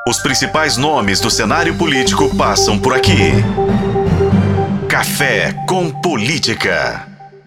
Os principais nomes do cenário político passam por aqui. Café com Política.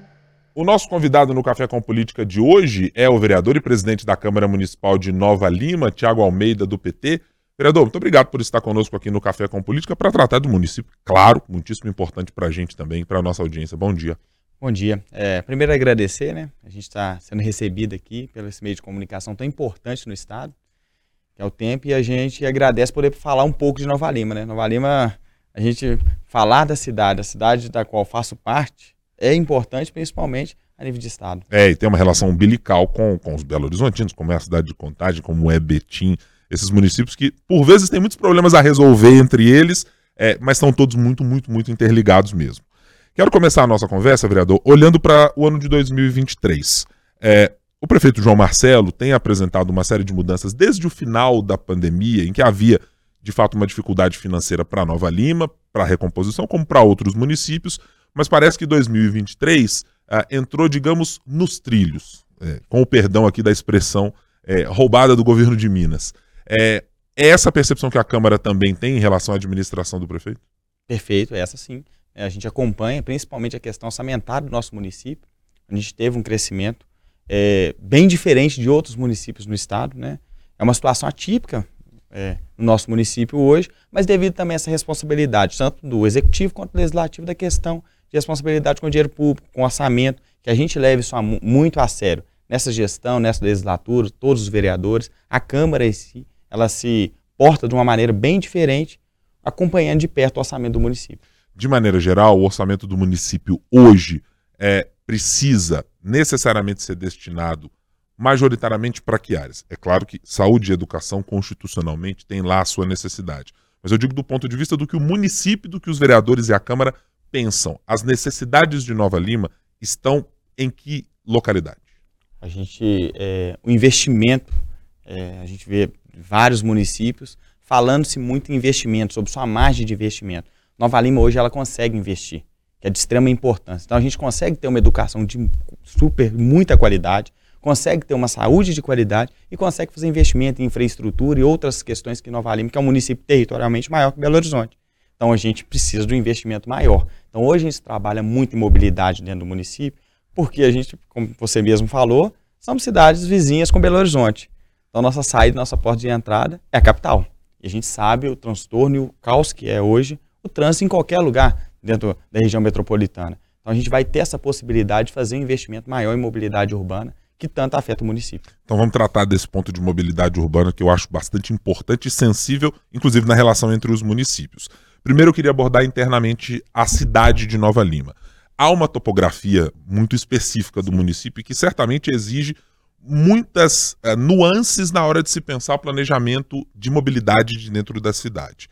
O nosso convidado no Café com Política de hoje é o vereador e presidente da Câmara Municipal de Nova Lima, Thiago Almeida, do PT. Vereador, muito obrigado por estar conosco aqui no Café com Política para tratar do município. Claro, muitíssimo importante para a gente também, para a nossa audiência. Bom dia. Bom dia. Primeiro agradecer, né? A gente está sendo recebido aqui pelo esse meio de comunicação tão importante no estado, que é o Tempo, e a gente agradece poder falar um pouco de Nova Lima, né? Nova Lima, a gente falar da cidade da qual faço parte, é importante principalmente a nível de estado. E tem uma relação umbilical com os Belo-Horizontinos, como é a cidade de Contagem, como é Betim, esses municípios que, por vezes, têm muitos problemas a resolver entre eles, mas estão todos muito interligados mesmo. Quero começar a nossa conversa, vereador, olhando para o ano de 2023. O prefeito João Marcelo tem apresentado uma série de mudanças desde o final da pandemia, em que havia, de fato, uma dificuldade financeira para Nova Lima, para a recomposição, como para outros municípios, mas parece que 2023 entrou, digamos, nos trilhos, com o perdão aqui da expressão roubada do governo de Minas. É essa a percepção que a Câmara também tem em relação à administração do prefeito? Perfeito, essa sim. A gente acompanha principalmente a questão orçamentária do nosso município. A gente teve um crescimento bem diferente de outros municípios no estado, né? É uma situação atípica no nosso município hoje, mas devido também a essa responsabilidade, tanto do executivo quanto do legislativo, da questão de responsabilidade com o dinheiro público, com o orçamento, que a gente leve isso muito a sério. Nessa gestão, nessa legislatura, todos os vereadores, a Câmara em si, ela se porta de uma maneira bem diferente, acompanhando de perto o orçamento do município. De maneira geral, o orçamento do município hoje precisa necessariamente ser destinado majoritariamente para que áreas? É claro que saúde e educação constitucionalmente tem lá a sua necessidade, mas eu digo do ponto de vista do que o município, do que os vereadores e a Câmara pensam. As necessidades de Nova Lima estão em que localidade? A gente, o investimento, a gente vê vários municípios falando-se muito em investimento, sobre sua margem de investimento. Nova Lima hoje ela consegue investir, que é de extrema importância. Então a gente consegue ter uma educação de muita qualidade, consegue ter uma saúde de qualidade e consegue fazer investimento em infraestrutura e outras questões que Nova Lima, que é um município territorialmente maior que Belo Horizonte. Então a gente precisa de um investimento maior. Então hoje a gente trabalha muito em mobilidade dentro do município, porque a gente, como você mesmo falou, somos cidades vizinhas com Belo Horizonte. Então nossa saída, nossa porta de entrada é a capital. E a gente sabe o transtorno e o caos que é hoje o trânsito em qualquer lugar dentro da região metropolitana. Então a gente vai ter essa possibilidade de fazer um investimento maior em mobilidade urbana que tanto afeta o município. Então vamos tratar desse ponto de mobilidade urbana que eu acho bastante importante e sensível, inclusive na relação entre os municípios. Primeiro eu queria abordar internamente a cidade de Nova Lima. Há uma topografia muito específica do município que certamente exige muitas nuances na hora de se pensar o planejamento de mobilidade dentro da cidade.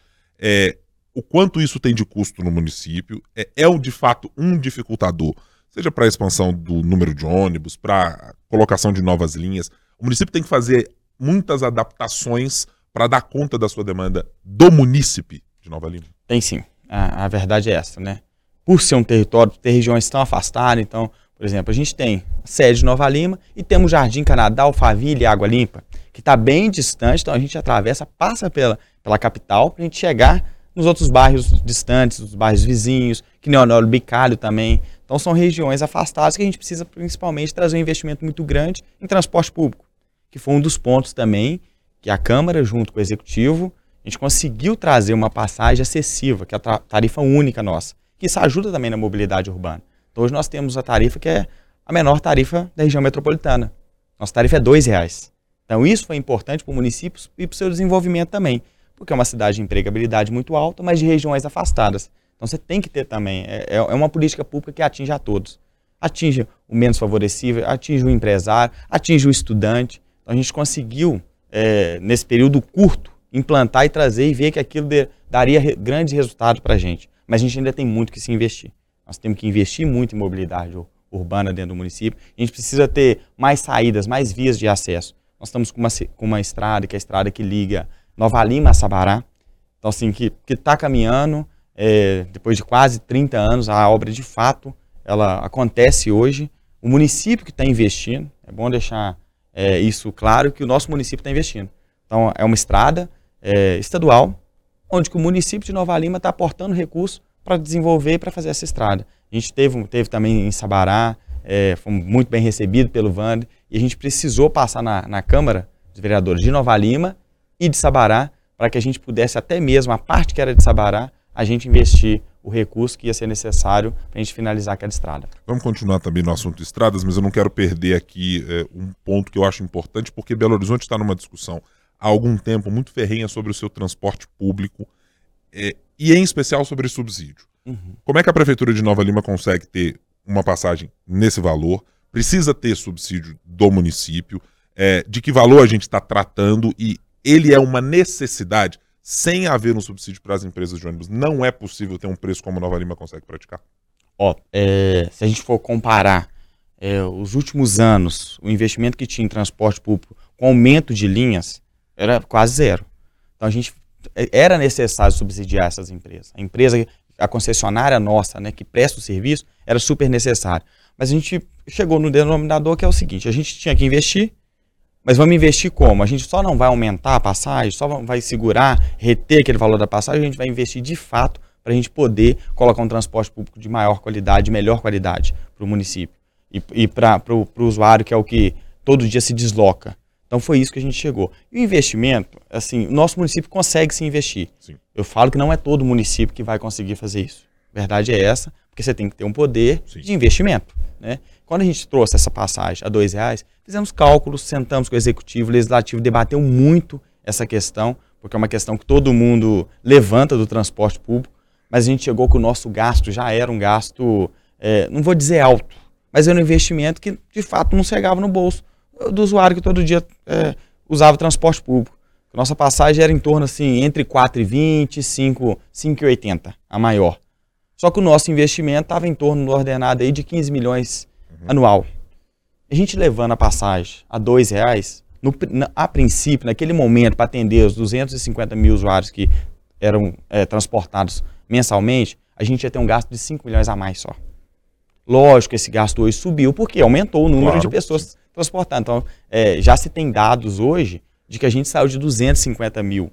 O quanto isso tem de custo no município, de fato um dificultador, seja para a expansão do número de ônibus, para a colocação de novas linhas. O município tem que fazer muitas adaptações para dar conta da sua demanda do munícipe de Nova Lima. Tem sim, a verdade é essa, né? Por ser um território, ter regiões tão afastadas, então, por exemplo, a gente tem a sede de Nova Lima e temos Jardim Canadá, Alphaville e Água Limpa, que está bem distante, então a gente atravessa, passa pela capital para a gente chegar nos outros bairros distantes, os bairros vizinhos, que nem Honório Bicalho também. Então são regiões afastadas que a gente precisa principalmente trazer um investimento muito grande em transporte público, que foi um dos pontos também que a Câmara, junto com o Executivo, a gente conseguiu trazer uma passagem acessível, que é a tarifa única nossa, que isso ajuda também na mobilidade urbana. Então hoje nós temos a tarifa que é a menor tarifa da região metropolitana. Nossa tarifa é R$2. Então isso foi importante para o município e para o seu desenvolvimento também, porque é uma cidade de empregabilidade muito alta, mas de regiões afastadas. Então você tem que ter também, é uma política pública que atinge a todos. Atinge o menos favorecido, atinge o empresário, atinge o estudante. Então a gente conseguiu, nesse período curto, implantar e trazer e ver que aquilo daria grande resultado para a gente. Mas a gente ainda tem muito que se investir. Nós temos que investir muito em mobilidade urbana dentro do município. A gente precisa ter mais saídas, mais vias de acesso. Nós estamos com uma estrada, que é a estrada que liga Nova Lima a Sabará. Então, assim, que está caminhando, depois de quase 30 anos, a obra de fato, ela acontece hoje. O município que está investindo, é bom deixar isso claro, que o nosso município está investindo. Então, é uma estrada estadual, onde que o município de Nova Lima está aportando recursos para desenvolver e para fazer essa estrada. A gente teve também em Sabará, fomos muito bem recebidos pelo Wander, e a gente precisou passar na Câmara dos Vereadores de Nova Lima e de Sabará, para que a gente pudesse até mesmo, a parte que era de Sabará, a gente investir o recurso que ia ser necessário para a gente finalizar aquela estrada. Vamos continuar também no assunto estradas, mas eu não quero perder aqui um ponto que eu acho importante, porque Belo Horizonte está numa discussão há algum tempo muito ferrenha sobre o seu transporte público e em especial sobre subsídio. Uhum. Como é que a Prefeitura de Nova Lima consegue ter uma passagem nesse valor? Precisa ter subsídio do município? De que valor a gente está tratando? E ele é uma necessidade? Sem haver um subsídio para as empresas de ônibus, não é possível ter um preço como Nova Lima consegue praticar? Se a gente for comparar os últimos anos, o investimento que tinha em transporte público com aumento de linhas, era quase zero. Então era necessário subsidiar essas empresas. A concessionária nossa, né, que presta o serviço, era super necessário. Mas a gente chegou no denominador que é o seguinte: a gente tinha que investir. Mas vamos investir como? A gente só não vai aumentar a passagem, só vai segurar, reter aquele valor da passagem, a gente vai investir de fato para a gente poder colocar um transporte público de maior qualidade, de melhor qualidade para o município e para o usuário, que é o que todo dia se desloca. Então foi isso que a gente chegou. E o investimento, assim, o nosso município consegue se investir. Sim. Eu falo que não é todo município que vai conseguir fazer isso. A verdade é essa, porque você tem que ter um poder de investimento, né? Quando a gente trouxe essa passagem a R$2, fizemos cálculos, sentamos com o executivo, o legislativo debateu muito essa questão, porque é uma questão que todo mundo levanta do transporte público, mas a gente chegou que o nosso gasto já era um gasto, não vou dizer alto, mas era um investimento que de fato não chegava no bolso do usuário que todo dia usava o transporte público. Nossa passagem era em torno, assim, entre R$4,20 e R$5,80, a maior. Só que o nosso investimento estava em torno do ordenado aí de 15 milhões anual. A gente levando a passagem a R$2, a princípio, naquele momento, para atender os 250 mil usuários que eram transportados mensalmente, a gente ia ter um gasto de 5 milhões a mais só. Lógico que esse gasto hoje subiu, porque aumentou o número de pessoas transportadas. Então, já se tem dados hoje de que a gente saiu de 250 mil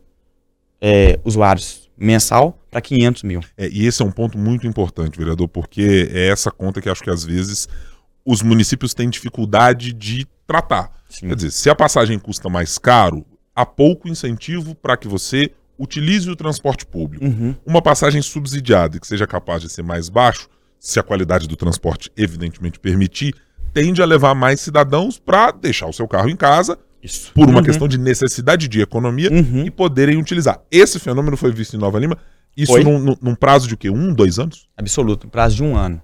usuários mensal para 500 mil. E esse é um ponto muito importante, vereador, porque é essa conta que acho que às vezes os municípios têm dificuldade de tratar. Sim. Quer dizer, se a passagem custa mais caro, há pouco incentivo para que você utilize o transporte público. Uhum. Uma passagem subsidiada que seja capaz de ser mais baixo, se a qualidade do transporte evidentemente permitir, tende a levar mais cidadãos para deixar o seu carro em casa, por uma questão de necessidade de economia, e poderem utilizar. Esse fenômeno foi visto em Nova Lima, isso num prazo de o quê? 1, 2 anos? Absoluto, no prazo de 1 ano.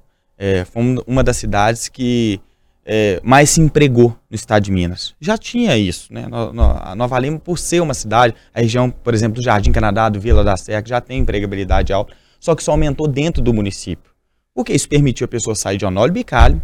Foi uma das cidades que mais se empregou no estado de Minas. Já tinha isso, né? A Nova Lima, por ser uma cidade, a região, por exemplo, do Jardim Canadá, do Vila da Serra, já tem empregabilidade alta, só que só aumentou dentro do município. Porque isso permitiu a pessoa sair de Honório Bicalho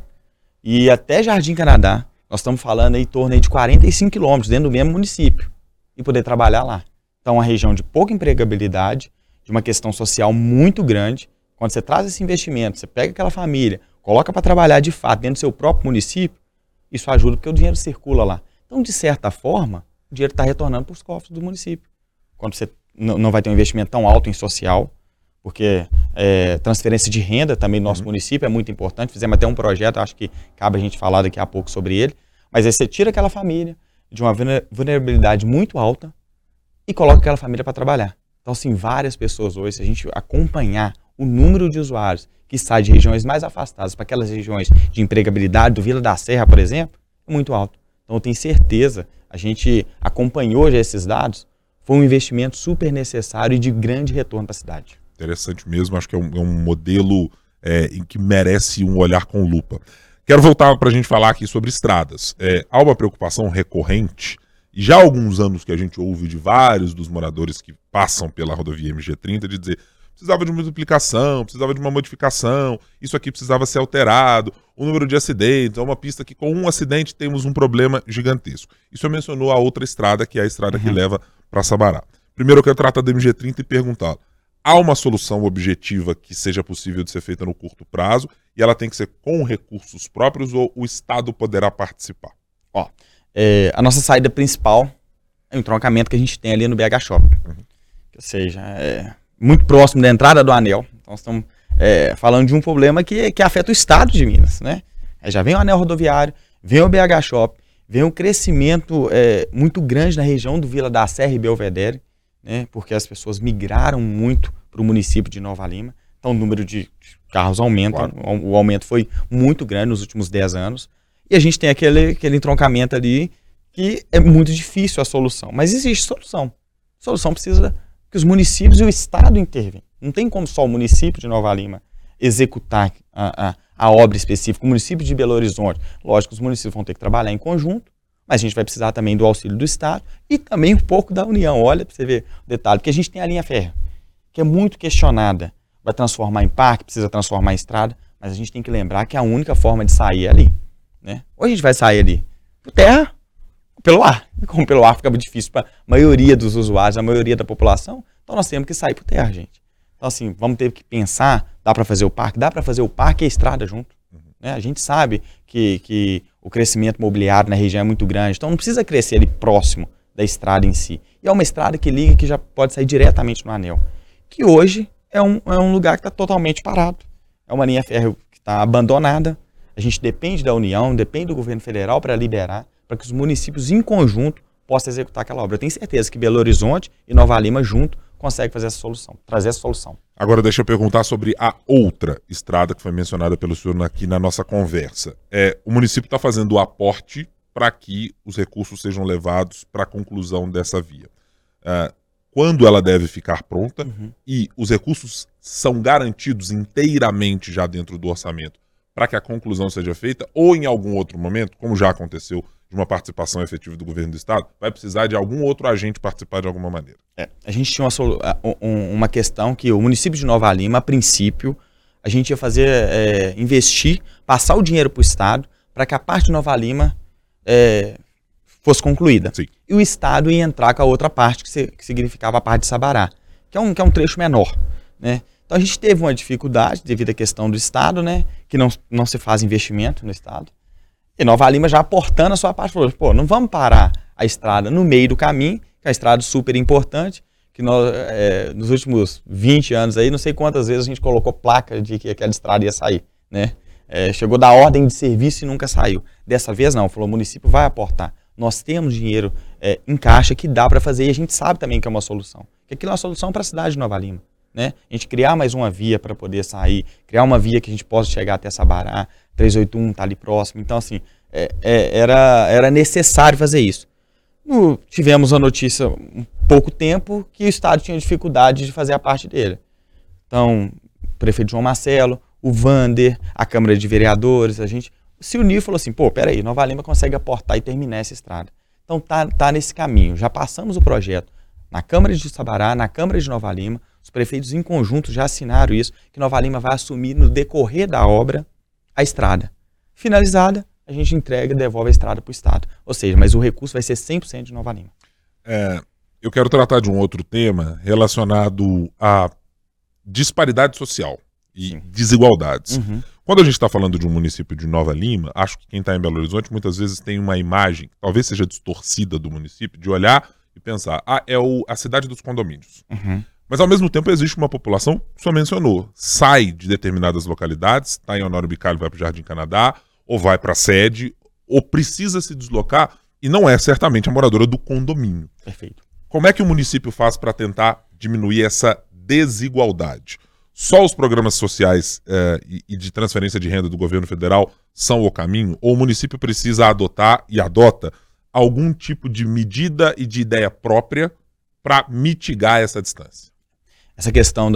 e até Jardim Canadá. Nós estamos falando aí em torno de 45 quilômetros dentro do mesmo município e poder trabalhar lá. Então, uma região de pouca empregabilidade, de uma questão social muito grande. Quando você traz esse investimento, você pega aquela família, coloca para trabalhar de fato dentro do seu próprio município, isso ajuda porque o dinheiro circula lá. Então, de certa forma, o dinheiro está retornando para os cofres do município. Quando você não vai ter um investimento tão alto em social, porque transferência de renda também no nosso município é muito importante. Fizemos até um projeto, acho que cabe a gente falar daqui a pouco sobre ele. Mas aí você tira aquela família de uma vulnerabilidade muito alta e coloca aquela família para trabalhar. Então, assim, várias pessoas hoje, se a gente acompanhar o número de usuários que sai de regiões mais afastadas para aquelas regiões de empregabilidade, do Vila da Serra, por exemplo, é muito alto. Então, eu tenho certeza, a gente acompanhou já esses dados, foi um investimento super necessário e de grande retorno para a cidade. Interessante mesmo, acho que é um modelo em que merece um olhar com lupa. Quero voltar para a gente falar aqui sobre estradas. Há uma preocupação recorrente, e já há alguns anos que a gente ouve de vários dos moradores que passam pela rodovia MG30 de dizer: precisava de uma duplicação, precisava de uma modificação, isso aqui precisava ser alterado, o número de acidentes, é uma pista que com um acidente temos um problema gigantesco. Isso mencionou a outra estrada, que é a estrada que leva para Sabará. Primeiro eu quero tratar da MG30 e perguntá-lo: há uma solução objetiva que seja possível de ser feita no curto prazo e ela tem que ser com recursos próprios ou o Estado poderá participar? A nossa saída principal é o entroncamento que a gente tem ali no BH Shopping. Ou seja, muito próximo da entrada do anel. Então, nós estamos falando de um problema que afeta o estado de Minas, né? Já vem o anel rodoviário, vem o BH Shopping, vem um crescimento muito grande na região do Vila da Serra e Belvedere, né? Porque as pessoas migraram muito para o município de Nova Lima. Então, o número de carros aumenta. Claro. O aumento foi muito grande nos últimos 10 anos. E a gente tem aquele entroncamento ali que é muito difícil a solução. Mas existe solução. A solução precisa que os municípios e o Estado intervêm. Não tem como só o município de Nova Lima executar a obra específica. O município de Belo Horizonte, lógico, os municípios vão ter que trabalhar em conjunto, mas a gente vai precisar também do auxílio do Estado e também um pouco da União. Olha, para você ver o detalhe, porque a gente tem a linha férrea, que é muito questionada. Vai transformar em parque, precisa transformar em estrada, mas a gente tem que lembrar que a única forma de sair é ali, né? Ou a gente vai sair ali por terra, ou pelo ar. Como pelo ar fica muito difícil para a maioria dos usuários, a maioria da população, então nós temos que sair por terra, gente. Então assim, vamos ter que pensar, dá para fazer o parque? Dá para fazer o parque e a estrada junto. Né? A gente sabe que o crescimento imobiliário na região é muito grande, então não precisa crescer ali próximo da estrada em si. E é uma estrada que liga, que já pode sair diretamente no anel, que hoje é um lugar que está totalmente parado. É uma linha férrea que está abandonada. A gente depende da União, depende do governo federal para liberar, para que os municípios em conjunto possam executar aquela obra. Eu tenho certeza que Belo Horizonte e Nova Lima junto conseguem fazer essa solução, trazer essa solução. Agora deixa eu perguntar sobre a outra estrada que foi mencionada pelo senhor aqui na nossa conversa. O município está fazendo o aporte para que os recursos sejam levados para a conclusão dessa via. Quando ela deve ficar pronta e os recursos são garantidos inteiramente já dentro do orçamento para que a conclusão seja feita, ou em algum outro momento, como já aconteceu de uma participação efetiva do governo do estado, vai precisar de algum outro agente participar de alguma maneira. A gente tinha uma questão que o município de Nova Lima, a princípio, a gente ia fazer, investir, passar o dinheiro para o estado, para que a parte de Nova Lima fosse concluída. Sim. E o estado ia entrar com a outra parte, que significava a parte de Sabará, que é um trecho menor, né? Então a gente teve uma dificuldade devido à questão do estado, né? Que não se faz investimento no estado. E Nova Lima já aportando a sua parte, falou, pô, não vamos parar a estrada no meio do caminho, que é uma estrada super importante, que nós, nos últimos 20 anos aí, não sei quantas vezes a gente colocou placa de que aquela estrada ia sair, né? Chegou da ordem de serviço e nunca saiu. Dessa vez não, falou, o município vai aportar. Nós temos dinheiro em caixa que dá para fazer e a gente sabe também que é uma solução. Que aquilo é uma solução para a cidade de Nova Lima, né? A gente criar mais uma via para poder sair, criar uma via que a gente possa chegar até Sabará, 381 está ali próximo. Então, assim, era necessário fazer isso. Tivemos a notícia há um pouco tempo que o estado tinha dificuldade de fazer a parte dele. Então, o prefeito João Marcelo, o Vander, a Câmara de Vereadores, a gente se uniu e falou assim, pô, peraí, Nova Lima consegue aportar e terminar essa estrada. Então tá nesse caminho, já passamos o projeto na Câmara de Sabará, na Câmara de Nova Lima, os prefeitos em conjunto já assinaram isso, que Nova Lima vai assumir no decorrer da obra a estrada. Finalizada, a gente entrega e devolve a estrada para o estado. Ou seja, mas o recurso vai ser 100% de Nova Lima. Eu quero tratar de um outro tema relacionado à disparidade social e desigualdades. Quando a gente está falando de um município de Nova Lima, acho que quem está em Belo Horizonte muitas vezes tem uma imagem, talvez seja distorcida do município, de olhar e pensar, a cidade dos condomínios. Mas ao mesmo tempo existe uma população, que o senhor mencionou, sai de determinadas localidades, está em Honório Bicalho, vai para o Jardim Canadá, ou vai para a sede, ou precisa se deslocar, e não é certamente a moradora do condomínio. Perfeito. Como é que o município faz para tentar diminuir essa desigualdade? Só os programas sociais e de transferência de renda do governo federal são o caminho? Ou o município precisa adotar e adota algum tipo de medida e de ideia própria para mitigar essa distância? Essa questão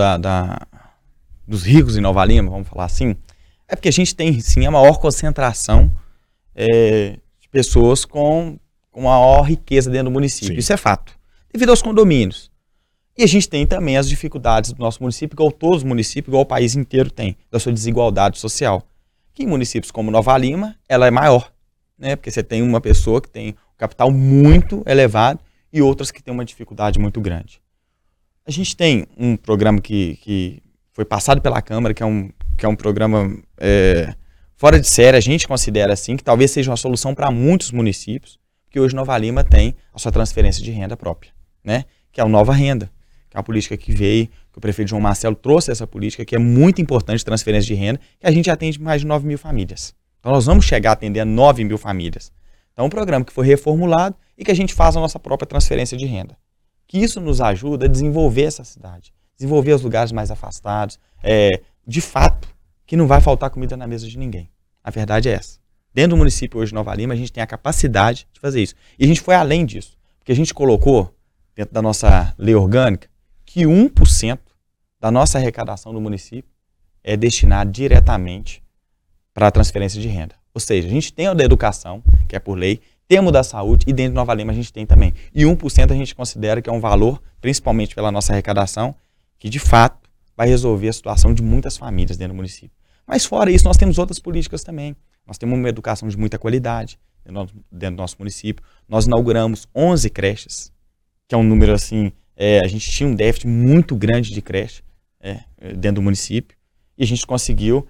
dos ricos em Nova Lima, vamos falar assim, é porque a gente tem, sim, a maior concentração de pessoas com maior riqueza dentro do município. Sim. Isso é fato. Devido aos condomínios. E a gente tem também as dificuldades do nosso município, igual todos os municípios, igual o país inteiro tem, da sua desigualdade social. Que em municípios como Nova Lima, ela é maior, né? Porque você tem uma pessoa que tem um capital muito elevado e outras que têm uma dificuldade muito grande. A gente tem um programa que foi passado pela Câmara, que é um programa fora de série, a gente considera assim, que talvez seja uma solução para muitos municípios, porque hoje Nova Lima tem a sua transferência de renda própria, né? Que é o Nova Renda, que é uma política que veio, que o prefeito João Marcelo trouxe essa política, que é muito importante, transferência de renda, que a gente atende mais de 9 mil famílias. Então nós vamos chegar a atender 9 mil famílias. Então é um programa que foi reformulado e que a gente faz a nossa própria transferência de renda. Que isso nos ajuda a desenvolver essa cidade, desenvolver os lugares mais afastados, de fato, que não vai faltar comida na mesa de ninguém. A verdade é essa. Dentro do município hoje de Nova Lima, a gente tem a capacidade de fazer isso. E a gente foi além disso, porque a gente colocou, dentro da nossa lei orgânica, que 1% da nossa arrecadação do município é destinado diretamente para a transferência de renda. Ou seja, a gente tem o da educação, que é por lei, temos o da saúde e dentro de Nova Lima a gente tem também. E 1% a gente considera que é um valor, principalmente pela nossa arrecadação, que de fato vai resolver a situação de muitas famílias dentro do município. Mas fora isso, nós temos outras políticas também. Nós temos uma educação de muita qualidade dentro do nosso município. Nós inauguramos 11 creches, que é um número assim, a gente tinha um déficit muito grande de creche dentro do município. E a gente conseguiu,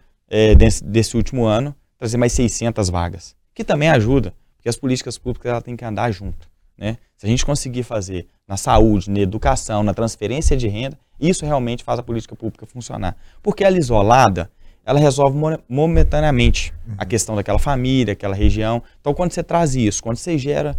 desse último ano, trazer mais 600 vagas, que também ajuda, porque as políticas públicas ela têm que andar junto, né? Se a gente conseguir fazer na saúde, na educação, na transferência de renda, isso realmente faz a política pública funcionar. Porque ela isolada, ela resolve momentaneamente a questão daquela família, aquela região. Então, quando você traz isso, quando você gera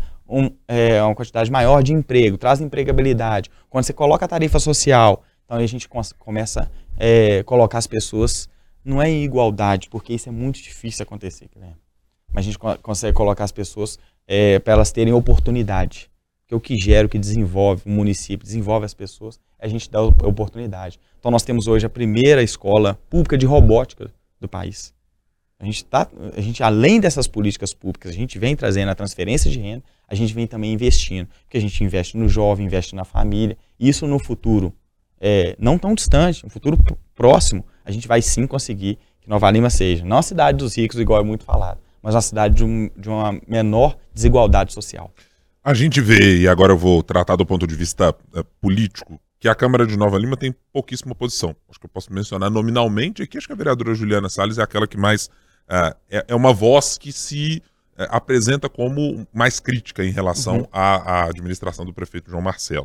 uma quantidade maior de emprego, traz empregabilidade, quando você coloca a tarifa social, então a gente começa a colocar as pessoas, não é em igualdade, porque isso é muito difícil acontecer, né? Mas a gente consegue colocar as pessoas para elas terem oportunidade. Porque o que gera, o que desenvolve o município, desenvolve as pessoas, a gente dá oportunidade. Então nós temos hoje a primeira escola pública de robótica do país. A gente, além dessas políticas públicas, a gente vem trazendo a transferência de renda, a gente vem também investindo. Porque a gente investe no jovem, investe na família. Isso no futuro, não tão distante, no futuro próximo, a gente vai sim conseguir que Nova Lima seja, não a cidade dos ricos, igual é muito falado, mas uma cidade de uma menor desigualdade social. A gente vê, e agora eu vou tratar do ponto de vista político, que a Câmara de Nova Lima tem pouquíssima oposição. Acho que eu posso mencionar nominalmente aqui, acho que a vereadora Juliana Salles é aquela que mais é uma voz que se apresenta como mais crítica em relação à administração do prefeito João Marcelo.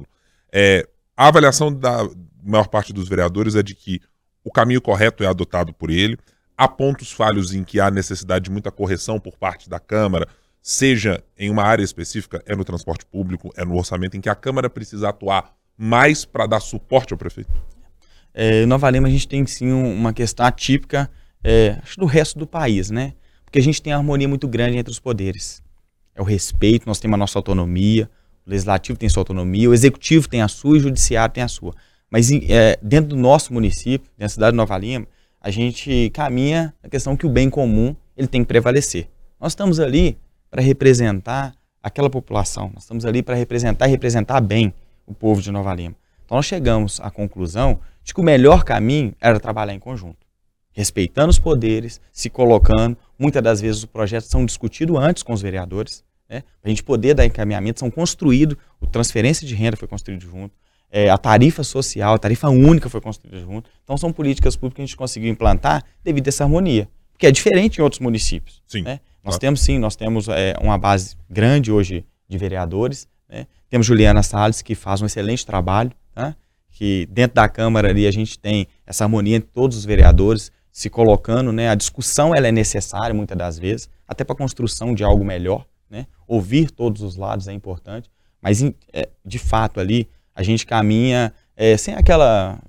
A avaliação da maior parte dos vereadores é de que o caminho correto é adotado por ele. Há pontos falhos em que há necessidade de muita correção por parte da Câmara, seja em uma área específica, no transporte público, no orçamento, em que a Câmara precisa atuar mais para dar suporte ao prefeito? Em Nova Lima a gente tem sim uma questão atípica, acho do resto do país, né? Porque a gente tem uma harmonia muito grande entre os poderes. É o respeito, nós temos a nossa autonomia, o Legislativo tem sua autonomia, o Executivo tem a sua e o Judiciário tem a sua. Mas dentro do nosso município, dentro da cidade de Nova Lima, a gente caminha a questão que o bem comum ele tem que prevalecer. Nós estamos ali para representar aquela população, nós estamos ali para representar bem o povo de Nova Lima. Então nós chegamos à conclusão de que o melhor caminho era trabalhar em conjunto, respeitando os poderes, se colocando. Muitas das vezes os projetos são discutidos antes com os vereadores, né? Para a gente poder dar encaminhamento, são construídos, a transferência de renda foi construída junto, a tarifa social, a tarifa única foi construída junto. Então são políticas públicas que a gente conseguiu implantar devido a essa harmonia, porque é diferente em outros municípios. Sim. Né? Nós temos uma base grande hoje de vereadores, né? Temos Juliana Salles, que faz um excelente trabalho, né? Que dentro da Câmara ali a gente tem essa harmonia entre todos os vereadores se colocando, né? A discussão ela é necessária muitas das vezes, até para a construção de algo melhor, né? Ouvir todos os lados é importante, mas de fato ali a gente caminha sem aquela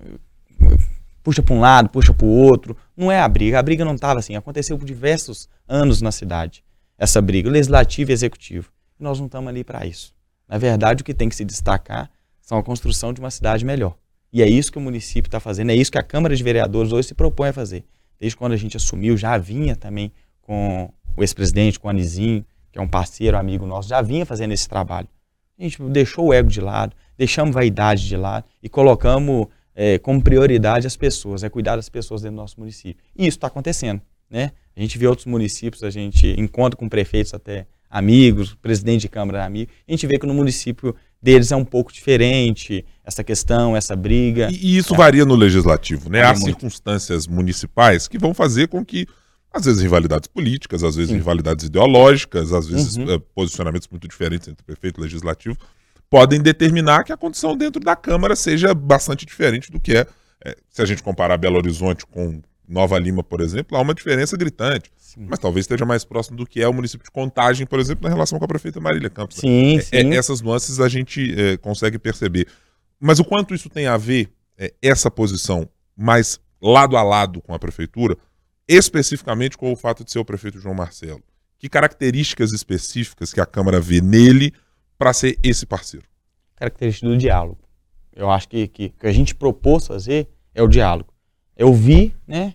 puxa para um lado, puxa para o outro. Não é a briga não estava assim, aconteceu por diversos anos na cidade, essa briga, legislativo e executivo. E nós não estamos ali para isso. Na verdade, o que tem que se destacar são a construção de uma cidade melhor. E é isso que o município está fazendo, é isso que a Câmara de Vereadores hoje se propõe a fazer. Desde quando a gente assumiu, já vinha também com o ex-presidente, com o Anizinho, que é um parceiro, amigo nosso, já vinha fazendo esse trabalho. A gente deixou o ego de lado, deixamos a vaidade de lado e colocamos como prioridade as pessoas, cuidar das pessoas dentro do nosso município. E isso está acontecendo, né? A gente vê outros municípios, a gente encontra com prefeitos até amigos, presidente de Câmara amigo, a gente vê que no município deles é um pouco diferente, essa questão, essa briga. E isso varia no legislativo, né? Varia Há muito. circunstâncias municipais que vão fazer com que Às vezes rivalidades políticas, às vezes Sim. rivalidades ideológicas, às vezes posicionamentos muito diferentes entre prefeito e legislativo, podem determinar que a condição dentro da Câmara seja bastante diferente do que se a gente comparar Belo Horizonte com Nova Lima, por exemplo, há uma diferença gritante. Sim. Mas talvez esteja mais próximo do que é o município de Contagem, por exemplo, na relação com a prefeita Marília Campos. Sim, sim. Essas nuances a gente consegue perceber. Mas o quanto isso tem a ver, essa posição mais lado a lado com a prefeitura, especificamente com o fato de ser o prefeito João Marcelo? Que características específicas que a Câmara vê nele para ser esse parceiro? Característica do diálogo. Eu acho que a gente propôs fazer é o diálogo. É ouvir, né,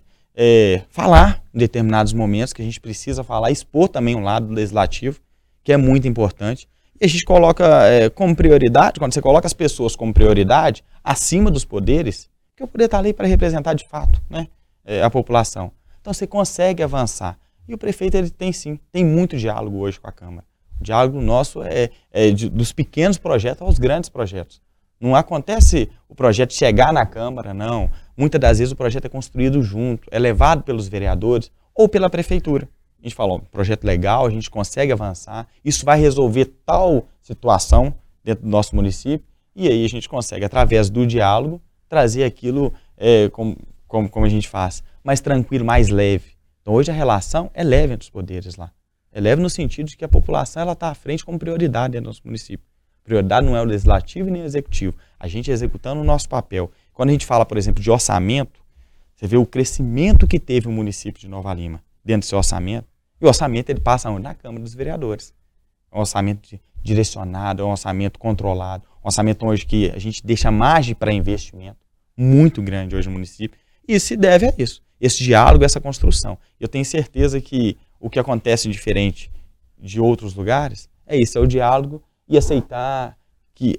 falar em determinados momentos que a gente precisa falar, expor também um lado legislativo, que é muito importante. E a gente coloca como prioridade, quando você coloca as pessoas como prioridade, acima dos poderes, que o poder está ali para representar de fato, né, a população. Então você consegue avançar. E o prefeito ele tem muito diálogo hoje com a Câmara. O diálogo nosso dos pequenos projetos aos grandes projetos. Não acontece o projeto chegar na Câmara, não. Muitas das vezes o projeto é construído junto, é levado pelos vereadores ou pela prefeitura. A gente fala, projeto legal, a gente consegue avançar, isso vai resolver tal situação dentro do nosso município, e aí a gente consegue, através do diálogo, trazer aquilo como a gente faz, mais tranquilo, mais leve. Então hoje a relação é leve entre os poderes lá. É leve no sentido de que a população está à frente como prioridade dentro do nosso município. Prioridade não é o legislativo nem o executivo. A gente executando o nosso papel. Quando a gente fala, por exemplo, de orçamento, você vê o crescimento que teve o município de Nova Lima dentro do seu orçamento. E o orçamento ele passa onde? Na Câmara dos Vereadores. É um orçamento direcionado, é um orçamento controlado. Um orçamento hoje que a gente deixa margem para investimento muito grande hoje no município. E isso se deve a isso. Esse diálogo, essa construção. Eu tenho certeza que o que acontece diferente de outros lugares é isso, é o diálogo e aceitar que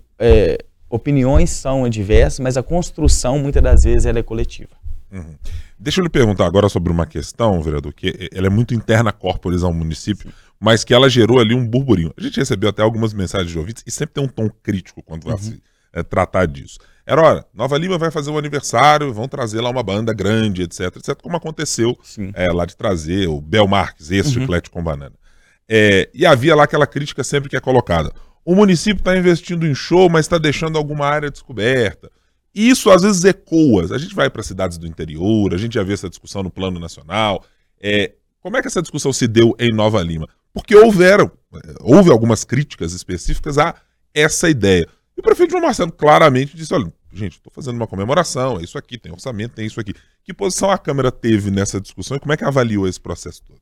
opiniões são diversas, mas a construção, muitas das vezes, ela é coletiva. Uhum. Deixa eu lhe perguntar agora sobre uma questão, vereador, que ela é muito interna corporis ao município, mas que ela gerou ali um burburinho. A gente recebeu até algumas mensagens de ouvintes e sempre tem um tom crítico quando vai se tratar disso. Olha, Nova Lima vai fazer um aniversário, vão trazer lá uma banda grande, etc, como aconteceu lá de trazer o Bel Marques, esse chiclete com banana. E havia lá aquela crítica sempre que é colocada. O município está investindo em show, mas está deixando alguma área descoberta. E isso às vezes ecoa. A gente vai para cidades do interior, a gente já vê essa discussão no plano nacional. Como é que essa discussão se deu em Nova Lima? Porque houve algumas críticas específicas a essa ideia. E o prefeito João Marcelo claramente disse, olha, gente, estou fazendo uma comemoração, é isso aqui, tem orçamento, tem isso aqui. Que posição a Câmara teve nessa discussão e como é que avaliou esse processo todo?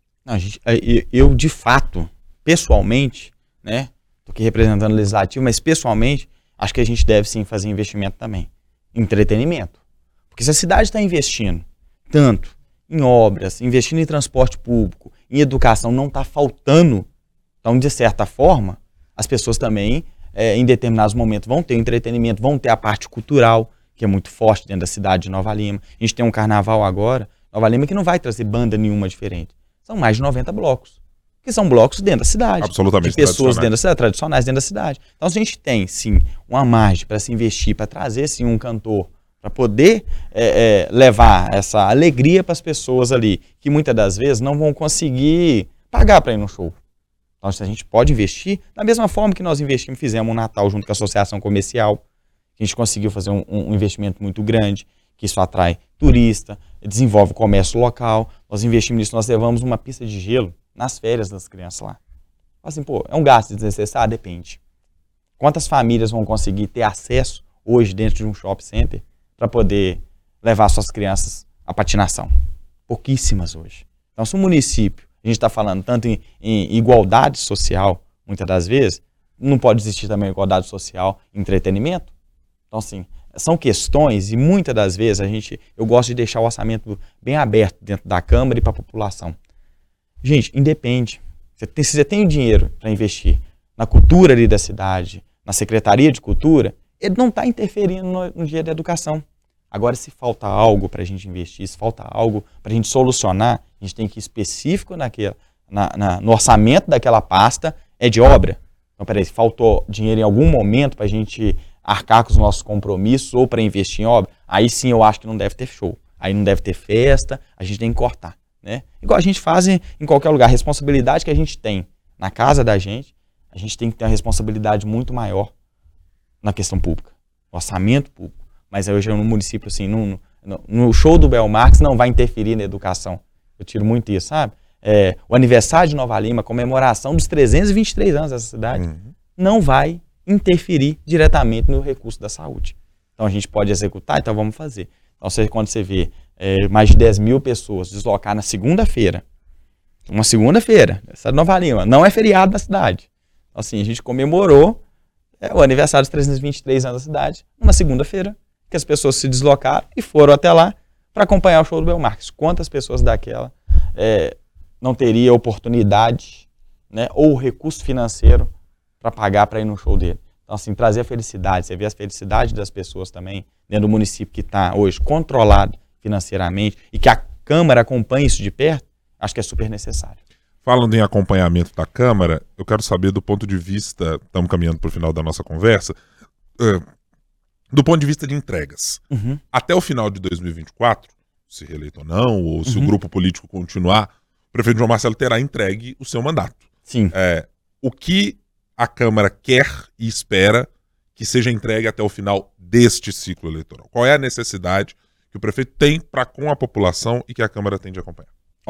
Eu, de fato, pessoalmente, né, estou aqui representando o Legislativo, mas pessoalmente, acho que a gente deve sim fazer investimento também. Entretenimento. Porque se a cidade está investindo tanto em obras, investindo em transporte público, em educação, não está faltando, então, de certa forma, as pessoas também, em determinados momentos, vão ter entretenimento, vão ter a parte cultural, que é muito forte dentro da cidade de Nova Lima. A gente tem um carnaval agora, Nova Lima, que não vai trazer banda nenhuma diferente. São mais de 90 blocos, que são blocos dentro da cidade. Absolutamente de pessoas dentro da cidade, tradicionais dentro da cidade. Então, se a gente tem, sim, uma margem para se investir, para trazer, sim, um cantor, para poder levar essa alegria para as pessoas ali, que muitas das vezes não vão conseguir pagar para ir no show. Então, a gente pode investir da mesma forma que nós fizemos um Natal junto com a Associação Comercial, que a gente conseguiu fazer um investimento muito grande, que isso atrai turista, desenvolve o comércio local. Nós investimos nisso, nós levamos uma pista de gelo nas férias das crianças lá. Assim, é um gasto desnecessário? Depende. Quantas famílias vão conseguir ter acesso hoje dentro de um shopping center para poder levar suas crianças à patinação? Pouquíssimas hoje. Então, se o município, a gente está falando tanto em igualdade social, muitas das vezes, não pode existir também igualdade social em entretenimento? Então, assim, são questões e muitas das vezes eu gosto de deixar o orçamento bem aberto dentro da Câmara e para a população. Gente, independe. Se você tem o dinheiro para investir na cultura ali da cidade, na Secretaria de Cultura, ele não está interferindo no dia da educação. Agora, se falta algo para a gente investir, se falta algo para a gente solucionar, a gente tem que ir específico no orçamento daquela pasta, é de obra. Então, peraí, se faltou dinheiro em algum momento para a gente arcar com os nossos compromissos ou para investir em obra, aí sim eu acho que não deve ter show. Aí não deve ter festa, a gente tem que cortar. né? Igual a gente faz em qualquer lugar. A responsabilidade que a gente tem na casa da gente, a gente tem que ter uma responsabilidade muito maior na questão pública, no orçamento público. Mas hoje no município, assim, no show do Belmarx não vai interferir na educação. Eu tiro muito isso, sabe? O aniversário de Nova Lima, a comemoração dos 323 anos dessa cidade, não vai interferir diretamente no recurso da saúde. Então a gente pode executar, então vamos fazer. Então quando você vê mais de 10 mil pessoas deslocar na segunda-feira, uma segunda-feira, essa Nova Lima, não é feriado na cidade. Então assim, a gente comemorou o aniversário dos 323 anos da cidade, numa segunda-feira, que as pessoas se deslocaram e foram até lá para acompanhar o show do Belmarx. Quantas pessoas daquela não teria oportunidade, né, ou recurso financeiro para pagar para ir no show dele? Então, assim, trazer a felicidade, você vê a felicidade das pessoas também, dentro do município que está hoje controlado financeiramente e que a Câmara acompanha isso de perto, acho que é super necessário. Falando em acompanhamento da Câmara, eu quero saber do ponto de vista, estamos caminhando para o final da nossa conversa, do ponto de vista de entregas. Até o final de 2024, se reeleito ou não, ou se o grupo político continuar, o prefeito João Marcelo terá entregue o seu mandato. Sim. O que a Câmara quer e espera que seja entregue até o final deste ciclo eleitoral? Qual é a necessidade que o prefeito tem para com a população e que a Câmara tem de acompanhar?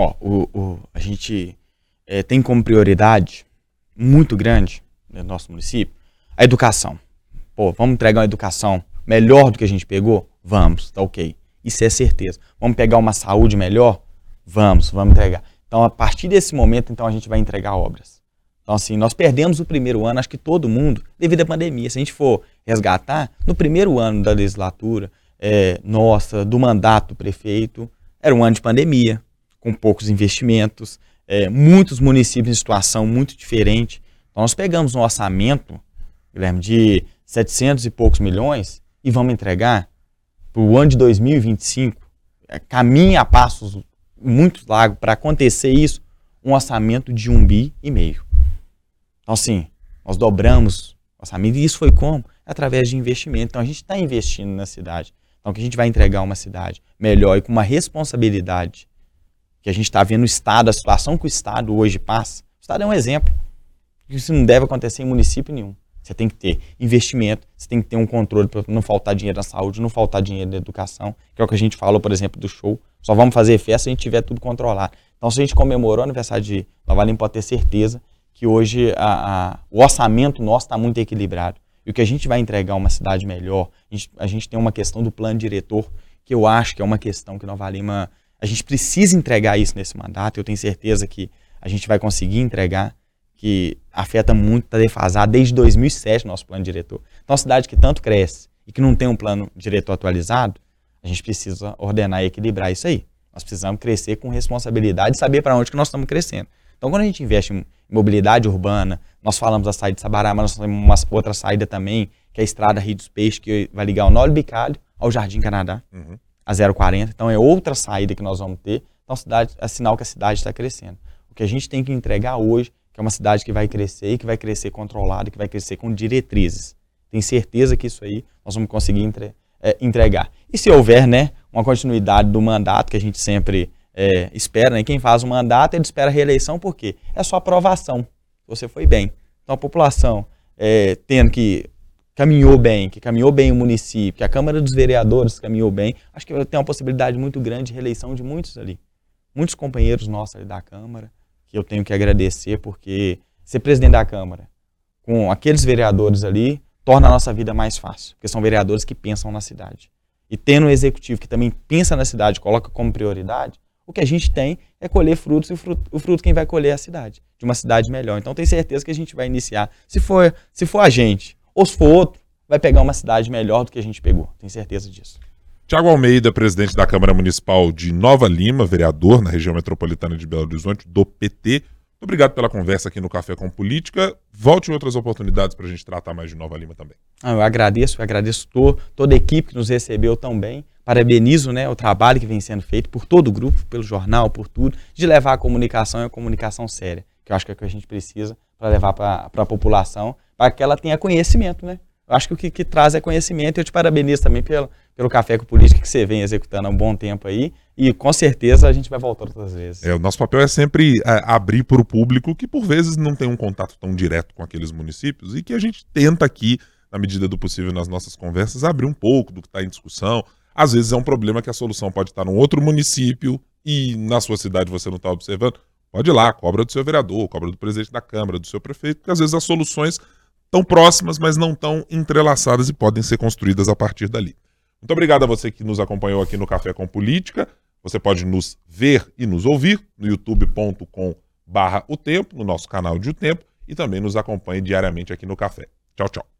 A gente tem como prioridade muito grande no nosso município a educação. Vamos entregar uma educação melhor do que a gente pegou? Vamos, tá ok. Isso é certeza. Vamos pegar uma saúde melhor? Vamos entregar. Então, a partir desse momento, então, a gente vai entregar obras. Então, assim, nós perdemos o primeiro ano, acho que todo mundo, devido à pandemia. Se a gente for resgatar, no primeiro ano da legislatura, do mandato do prefeito, era um ano de pandemia, com poucos investimentos, muitos municípios em situação muito diferente. Então, nós pegamos um orçamento, Guilherme, de 700 e poucos milhões e vamos entregar para o ano de 2025, caminha a passos muito largos para acontecer isso, um orçamento de 1,5 bi. Então, assim, nós dobramos o orçamento e isso foi como? Através de investimento. Então, a gente está investindo na cidade. Então, que a gente vai entregar uma cidade melhor e com uma responsabilidade que a gente está vendo o Estado, a situação que o Estado hoje passa. O Estado é um exemplo. Isso não deve acontecer em município nenhum. Você tem que ter investimento, você tem que ter um controle para não faltar dinheiro na saúde, não faltar dinheiro na educação, que é o que a gente falou, por exemplo, do show. Só vamos fazer festa se a gente tiver tudo controlado. Então, se a gente comemorou o aniversário de Nova Lima, pode ter certeza que hoje o orçamento nosso está muito equilibrado. E o que a gente vai entregar uma cidade melhor, a gente tem uma questão do plano diretor, que eu acho que é uma questão que Nova Lima, a gente precisa entregar isso nesse mandato, eu tenho certeza que a gente vai conseguir entregar, que afeta muito, está defasado desde 2007 nosso plano diretor. Então, a cidade que tanto cresce e que não tem um plano diretor atualizado, a gente precisa ordenar e equilibrar isso aí. Nós precisamos crescer com responsabilidade e saber para onde que nós estamos crescendo. Então, quando a gente investe em mobilidade urbana, nós falamos da saída de Sabará, mas nós temos uma outra saída também, que é a estrada Rio dos Peixes, que vai ligar o Nó Bicalho ao Jardim Canadá, a 040. Então, é outra saída que nós vamos ter. Então, é sinal que a cidade está crescendo. O que a gente tem que entregar hoje, que é uma cidade que vai crescer e que vai crescer controlada, que vai crescer com diretrizes. Tenho certeza que isso aí nós vamos conseguir entregar. E se houver, né, uma continuidade do mandato que a gente sempre espera, né? Quem faz o mandato, ele espera a reeleição, por quê? É só aprovação. Você foi bem. Então a população tendo que caminhou bem o município, que a Câmara dos Vereadores caminhou bem, acho que tem uma possibilidade muito grande de reeleição de muitos ali. Muitos companheiros nossos ali da Câmara, que eu tenho que agradecer, porque ser presidente da Câmara com aqueles vereadores ali torna a nossa vida mais fácil, porque são vereadores que pensam na cidade. E tendo um executivo que também pensa na cidade, coloca como prioridade, o que a gente tem é colher frutos, e o fruto quem vai colher é a cidade, de uma cidade melhor. Então tenho certeza que a gente vai iniciar, se for a gente, ou se for outro, vai pegar uma cidade melhor do que a gente pegou, tenho certeza disso. Tiago Almeida, presidente da Câmara Municipal de Nova Lima, vereador na região metropolitana de Belo Horizonte, do PT. Muito obrigado pela conversa aqui no Café com Política. Volte em outras oportunidades para a gente tratar mais de Nova Lima também. Eu agradeço toda a equipe que nos recebeu tão bem. Parabenizo, né, o trabalho que vem sendo feito por todo o grupo, pelo jornal, por tudo, de levar a comunicação e a comunicação séria, que eu acho que é o que a gente precisa para levar para a população, para que ela tenha conhecimento, né? Eu acho que o que traz é conhecimento, e eu te parabenizo também pelo Café com Política que você vem executando há um bom tempo aí, e com certeza a gente vai voltar outras vezes. O nosso papel é sempre abrir para o público que por vezes não tem um contato tão direto com aqueles municípios e que a gente tenta aqui, na medida do possível nas nossas conversas, abrir um pouco do que está em discussão. Às vezes é um problema que a solução pode estar num outro município e na sua cidade você não está observando. Pode ir lá, cobra do seu vereador, cobra do presidente da Câmara, do seu prefeito, porque às vezes as soluções estão próximas, mas não tão entrelaçadas e podem ser construídas a partir dali. Muito obrigado a você que nos acompanhou aqui no Café com Política. Você pode nos ver e nos ouvir no youtube.com/otempo, no nosso canal de O Tempo, e também nos acompanhe diariamente aqui no Café. Tchau, tchau.